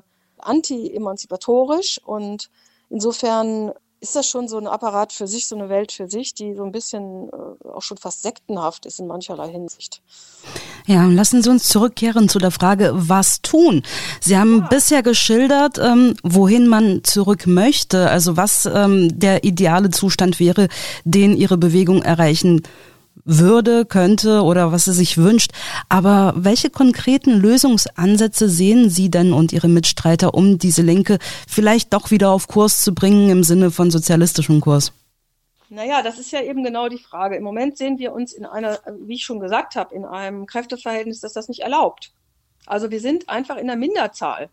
anti-emanzipatorisch und insofern ist das schon so ein Apparat für sich, so eine Welt für sich, die so ein bisschen äh, auch schon fast sektenhaft ist in mancherlei Hinsicht. Ja, lassen Sie uns zurückkehren zu der Frage, was tun? Sie haben ja. bisher geschildert, ähm, wohin man zurück möchte, also was ähm, der ideale Zustand wäre, den Ihre Bewegung erreichen würde, könnte oder was sie sich wünscht. Aber welche konkreten Lösungsansätze sehen Sie denn und Ihre Mitstreiter, um diese Linke vielleicht doch wieder auf Kurs zu bringen im Sinne von sozialistischem Kurs? Naja, das ist ja eben genau die Frage. Im Moment sehen wir uns in einer, wie ich schon gesagt habe, in einem Kräfteverhältnis, das das nicht erlaubt. Also wir sind einfach in der Minderzahl.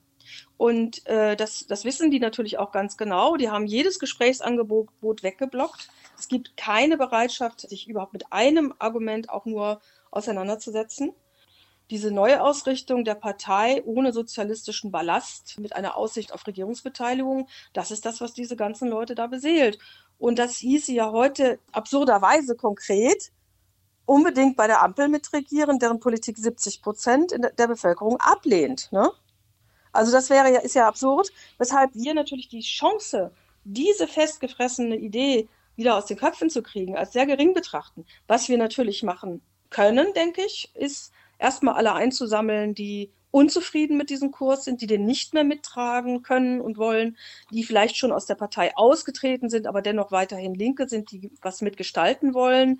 Und äh, das, das wissen die natürlich auch ganz genau. Die haben jedes Gesprächsangebot weggeblockt. Es gibt keine Bereitschaft, sich überhaupt mit einem Argument auch nur auseinanderzusetzen. Diese Neuausrichtung der Partei ohne sozialistischen Ballast, mit einer Aussicht auf Regierungsbeteiligung, das ist das, was diese ganzen Leute da beseelt. Und das hieße ja heute absurderweise konkret, unbedingt bei der Ampel mitregieren, deren Politik siebzig Prozent der Bevölkerung ablehnt. Ne? Also das wäre ja, ist ja absurd, weshalb wir natürlich die Chance, diese festgefressene Idee wieder aus den Köpfen zu kriegen, als sehr gering betrachten. Was wir natürlich machen können, denke ich, ist erstmal alle einzusammeln, die unzufrieden mit diesem Kurs sind, die den nicht mehr mittragen können und wollen, die vielleicht schon aus der Partei ausgetreten sind, aber dennoch weiterhin Linke sind, die was mitgestalten wollen.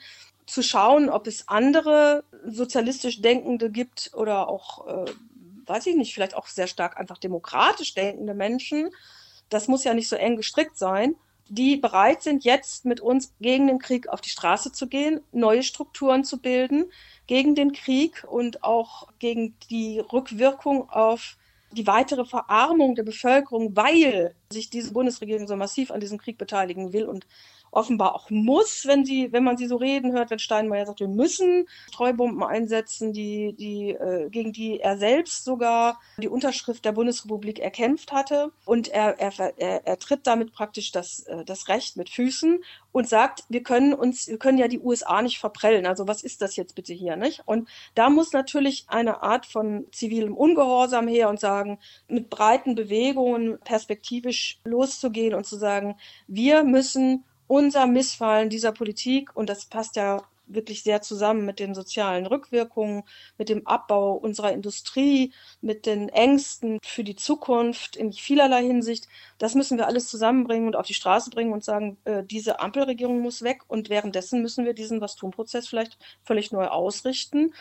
zu schauen, ob es andere sozialistisch Denkende gibt oder auch, äh, weiß ich nicht, vielleicht auch sehr stark einfach demokratisch denkende Menschen. Das muss ja nicht so eng gestrickt sein, die bereit sind, jetzt mit uns gegen den Krieg auf die Straße zu gehen, neue Strukturen zu bilden, gegen den Krieg und auch gegen die Rückwirkung auf die weitere Verarmung der Bevölkerung, weil sich diese Bundesregierung so massiv an diesem Krieg beteiligen will und offenbar auch muss, wenn sie, wenn man sie so reden hört, wenn Steinmeier sagt, wir müssen Streubomben einsetzen, die, die, äh, gegen die er selbst sogar die Unterschrift der Bundesrepublik erkämpft hatte. Und er, er, er, er tritt damit praktisch das, das Recht mit Füßen und sagt, wir können uns, wir können ja die U S A nicht verprellen. Also was ist das jetzt bitte hier, nicht? Und da muss natürlich eine Art von zivilem Ungehorsam her und sagen, mit breiten Bewegungen perspektivisch loszugehen und zu sagen, wir müssen unser Missfallen dieser Politik, und das passt ja wirklich sehr zusammen mit den sozialen Rückwirkungen, mit dem Abbau unserer Industrie, mit den Ängsten für die Zukunft in vielerlei Hinsicht, das müssen wir alles zusammenbringen und auf die Straße bringen und sagen, äh, diese Ampelregierung muss weg, und währenddessen müssen wir diesen Was-tun-Prozess vielleicht völlig neu ausrichten.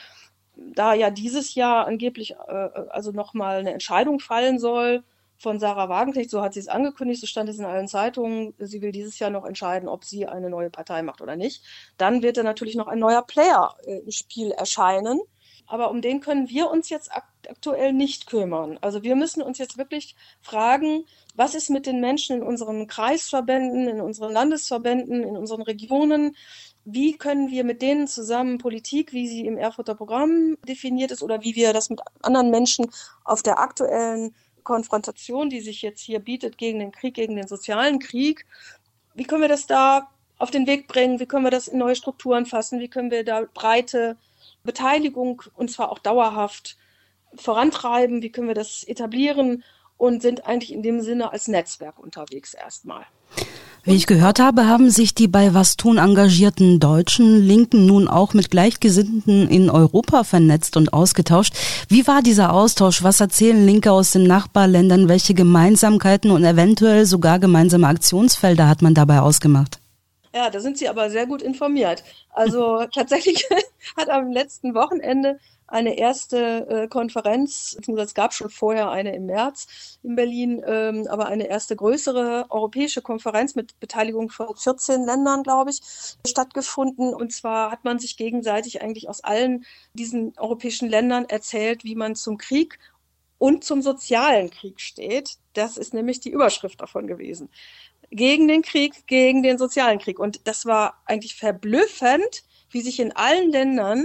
Da ja dieses Jahr angeblich äh, also nochmal eine Entscheidung fallen soll, von Sarah Wagenknecht, so hat sie es angekündigt, so stand es in allen Zeitungen, sie will dieses Jahr noch entscheiden, ob sie eine neue Partei macht oder nicht. Dann wird da natürlich noch ein neuer Player äh, im Spiel erscheinen. Aber um den können wir uns jetzt akt- aktuell nicht kümmern. Also wir müssen uns jetzt wirklich fragen, was ist mit den Menschen in unseren Kreisverbänden, in unseren Landesverbänden, in unseren Regionen? Wie können wir mit denen zusammen Politik, wie sie im Erfurter Programm definiert ist, oder wie wir das mit anderen Menschen auf der aktuellen Konfrontation, die sich jetzt hier bietet gegen den Krieg, gegen den sozialen Krieg, wie können wir das da auf den Weg bringen? Wie können wir das in neue Strukturen fassen? Wie können wir da breite Beteiligung, und zwar auch dauerhaft, vorantreiben? Wie können wir das etablieren? Und sind eigentlich in dem Sinne als Netzwerk unterwegs erstmal. Wie ich gehört habe, haben sich die bei Was tun engagierten deutschen Linken nun auch mit Gleichgesinnten in Europa vernetzt und ausgetauscht. Wie war dieser Austausch? Was erzählen Linke aus den Nachbarländern? Welche Gemeinsamkeiten und eventuell sogar gemeinsame Aktionsfelder hat man dabei ausgemacht? Ja, da sind Sie aber sehr gut informiert. Also tatsächlich hat am letzten Wochenende eine erste äh, Konferenz, beziehungsweise es gab schon vorher eine im März in Berlin, ähm, aber eine erste größere europäische Konferenz mit Beteiligung von vierzehn Ländern, glaube ich, stattgefunden. Und zwar hat man sich gegenseitig eigentlich aus allen diesen europäischen Ländern erzählt, wie man zum Krieg und zum sozialen Krieg steht. Das ist nämlich die Überschrift davon gewesen. Gegen den Krieg, gegen den sozialen Krieg. Und das war eigentlich verblüffend, wie sich in allen Ländern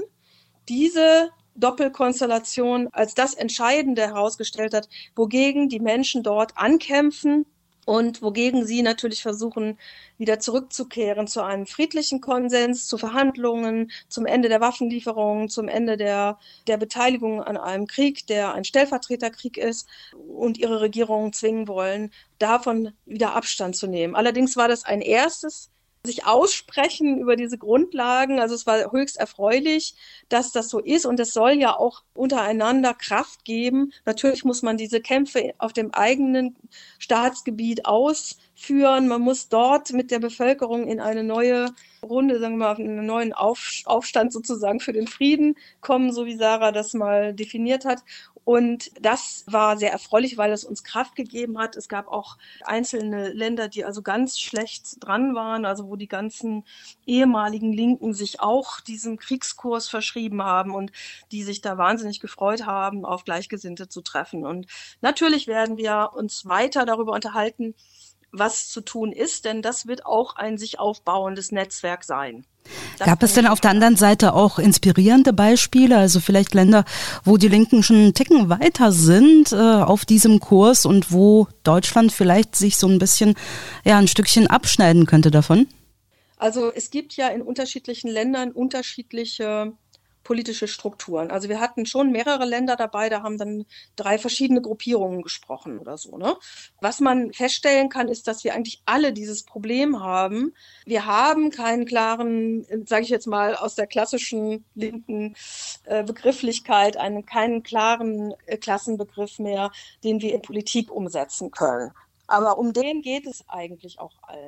diese Doppelkonstellation als das Entscheidende herausgestellt hat, wogegen die Menschen dort ankämpfen und wogegen sie natürlich versuchen, wieder zurückzukehren zu einem friedlichen Konsens, zu Verhandlungen, zum Ende der Waffenlieferungen, zum Ende der, der Beteiligung an einem Krieg, der ein Stellvertreterkrieg ist, und ihre Regierungen zwingen wollen, davon wieder Abstand zu nehmen. Allerdings war das ein erstes sich aussprechen über diese Grundlagen. Also es war höchst erfreulich, dass das so ist, und es soll ja auch untereinander Kraft geben. Natürlich muss man diese Kämpfe auf dem eigenen Staatsgebiet ausführen. Man muss dort mit der Bevölkerung in eine neue Runde, sagen wir mal, auf einen neuen Aufstand sozusagen für den Frieden kommen, so wie Sarah das mal definiert hat. Und das war sehr erfreulich, weil es uns Kraft gegeben hat. Es gab auch einzelne Länder, die also ganz schlecht dran waren, also wo die ganzen ehemaligen Linken sich auch diesem Kriegskurs verschrieben haben und die sich da wahnsinnig gefreut haben, auf Gleichgesinnte zu treffen. Und natürlich werden wir uns weiter darüber unterhalten, was zu tun ist, denn das wird auch ein sich aufbauendes Netzwerk sein. Das Gab es denn auf der anderen Seite auch inspirierende Beispiele, also vielleicht Länder, wo die Linken schon einen Ticken weiter sind äh, auf diesem Kurs und wo Deutschland vielleicht sich so ein bisschen, ja, ein Stückchen abschneiden könnte davon? Also es gibt ja in unterschiedlichen Ländern unterschiedliche politische Strukturen. Also wir hatten schon mehrere Länder dabei, da haben dann drei verschiedene Gruppierungen gesprochen oder so, ne? Was man feststellen kann, ist, dass wir eigentlich alle dieses Problem haben. Wir haben keinen klaren, sage ich jetzt mal aus der klassischen linken äh, Begrifflichkeit, einen keinen klaren äh, Klassenbegriff mehr, den wir in Politik umsetzen können. Aber um den geht es eigentlich auch allen.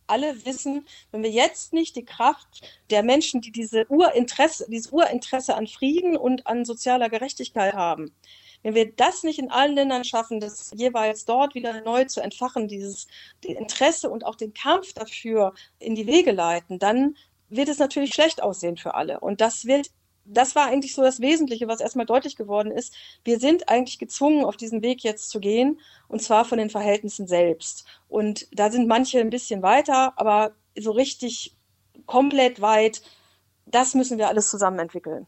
alle wissen, wenn wir jetzt nicht die Kraft der Menschen, die diese Urinteresse, dieses Urinteresse an Frieden und an sozialer Gerechtigkeit haben, wenn wir das nicht in allen Ländern schaffen, das jeweils dort wieder neu zu entfachen, dieses Interesse und auch den Kampf dafür in die Wege leiten, dann wird es natürlich schlecht aussehen für alle. Und das wird, das war eigentlich so das Wesentliche, was erstmal deutlich geworden ist. Wir sind eigentlich gezwungen, auf diesen Weg jetzt zu gehen, und zwar von den Verhältnissen selbst. Und da sind manche ein bisschen weiter, aber so richtig komplett weit, das müssen wir alles zusammen entwickeln.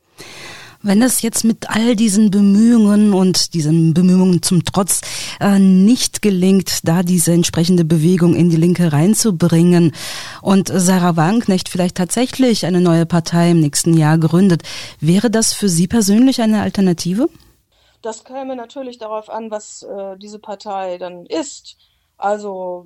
Wenn es jetzt mit all diesen Bemühungen und diesen Bemühungen zum Trotz äh, nicht gelingt, da diese entsprechende Bewegung in die Linke reinzubringen und Sahra Wagenknecht vielleicht tatsächlich eine neue Partei im nächsten Jahr gründet, wäre das für Sie persönlich eine Alternative? Das käme natürlich darauf an, was äh, diese Partei dann ist. Also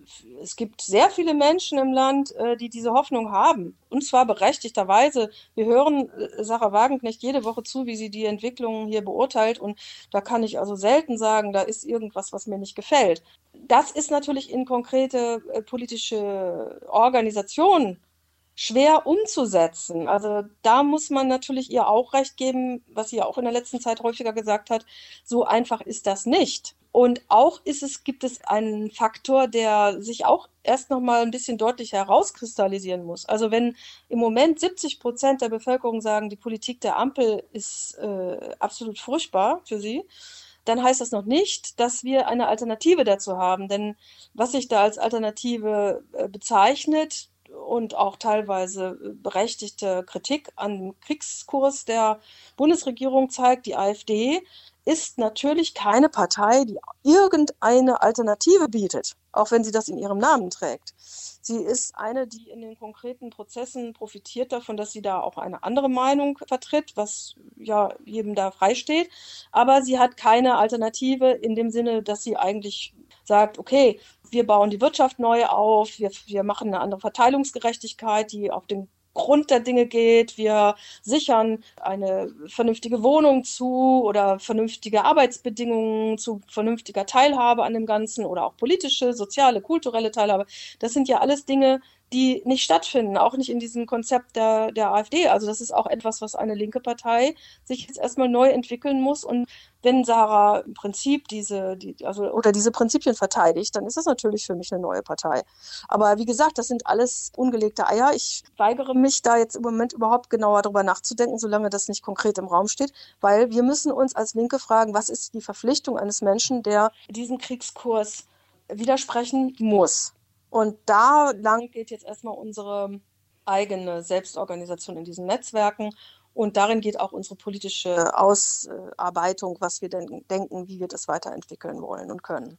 es gibt sehr viele Menschen im Land, die diese Hoffnung haben. Und zwar berechtigterweise. Wir hören Sahra Wagenknecht jede Woche zu, wie sie die Entwicklungen hier beurteilt. Und da kann ich also selten sagen, da ist irgendwas, was mir nicht gefällt. Das ist natürlich in konkrete politische Organisationen schwer umzusetzen. Also da muss man natürlich ihr auch recht geben, was sie ja auch in der letzten Zeit häufiger gesagt hat. So einfach ist das nicht. Und auch ist es, gibt es einen Faktor, der sich auch erst noch mal ein bisschen deutlicher herauskristallisieren muss. Also wenn im Moment siebzig Prozent der Bevölkerung sagen, die Politik der Ampel ist äh, absolut furchtbar für sie, dann heißt das noch nicht, dass wir eine Alternative dazu haben. Denn was sich da als Alternative äh, bezeichnet und auch teilweise berechtigte Kritik an dem Kriegskurs der Bundesregierung zeigt, die AfD, ist natürlich keine Partei, die irgendeine Alternative bietet, auch wenn sie das in ihrem Namen trägt. Sie ist eine, die in den konkreten Prozessen profitiert davon, dass sie da auch eine andere Meinung vertritt, was ja jedem da freisteht. Aber sie hat keine Alternative in dem Sinne, dass sie eigentlich sagt, okay, wir bauen die Wirtschaft neu auf, wir, wir machen eine andere Verteilungsgerechtigkeit, die auf den Grund der Dinge geht, wir sichern eine vernünftige Wohnung zu oder vernünftige Arbeitsbedingungen zu vernünftiger Teilhabe an dem Ganzen oder auch politische, soziale, kulturelle Teilhabe. Das sind ja alles Dinge, die nicht stattfinden, auch nicht in diesem Konzept der, der AfD. Also das ist auch etwas, was eine linke Partei sich jetzt erstmal neu entwickeln muss. Und wenn Sahra im Prinzip diese, die, also, oder diese Prinzipien verteidigt, dann ist das natürlich für mich eine neue Partei. Aber wie gesagt, das sind alles ungelegte Eier. Ich weigere mich, da jetzt im Moment überhaupt genauer drüber nachzudenken, solange das nicht konkret im Raum steht, weil wir müssen uns als Linke fragen, was ist die Verpflichtung eines Menschen, der diesem Kriegskurs widersprechen muss. Und da lang geht jetzt erstmal unsere eigene Selbstorganisation in diesen Netzwerken. Und darin geht auch unsere politische Ausarbeitung, was wir denn denken, wie wir das weiterentwickeln wollen und können.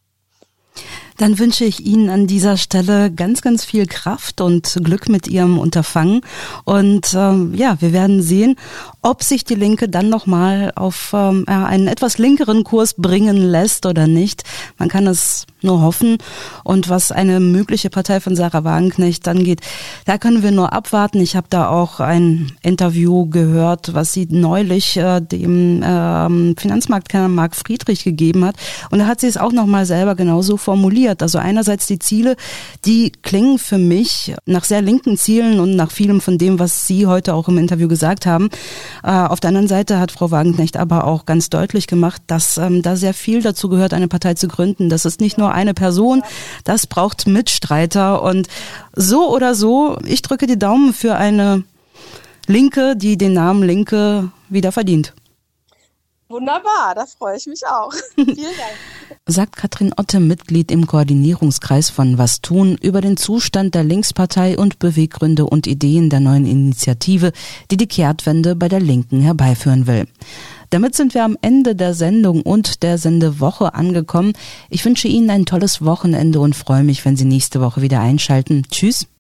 Dann wünsche ich Ihnen an dieser Stelle ganz, ganz viel Kraft und Glück mit Ihrem Unterfangen. Und ähm, ja, wir werden sehen, ob sich die Linke dann nochmal auf ähm, einen etwas linkeren Kurs bringen lässt oder nicht. Man kann es nur hoffen. Und was eine mögliche Partei von Sahra Wagenknecht angeht, da können wir nur abwarten. Ich habe da auch ein Interview gehört, was sie neulich äh, dem ähm, Finanzmarktkenner Marc Friedrich gegeben hat. Und da hat sie es auch nochmal selber genauso formuliert. Also einerseits die Ziele, die klingen für mich nach sehr linken Zielen und nach vielem von dem, was Sie heute auch im Interview gesagt haben. Äh, auf der anderen Seite hat Frau Wagenknecht aber auch ganz deutlich gemacht, dass ähm, da sehr viel dazu gehört, eine Partei zu gründen. Das ist nicht nur eine Person, das braucht Mitstreiter. Und so oder so, ich drücke die Daumen für eine Linke, die den Namen Linke wieder verdient. Wunderbar, da freue ich mich auch. Vielen Dank. Sagt Katrin Otte, Mitglied im Koordinierungskreis von Was tun, über den Zustand der Linkspartei und Beweggründe und Ideen der neuen Initiative, die die Kehrtwende bei der Linken herbeiführen will. Damit sind wir am Ende der Sendung und der Sendewoche angekommen. Ich wünsche Ihnen ein tolles Wochenende und freue mich, wenn Sie nächste Woche wieder einschalten. Tschüss.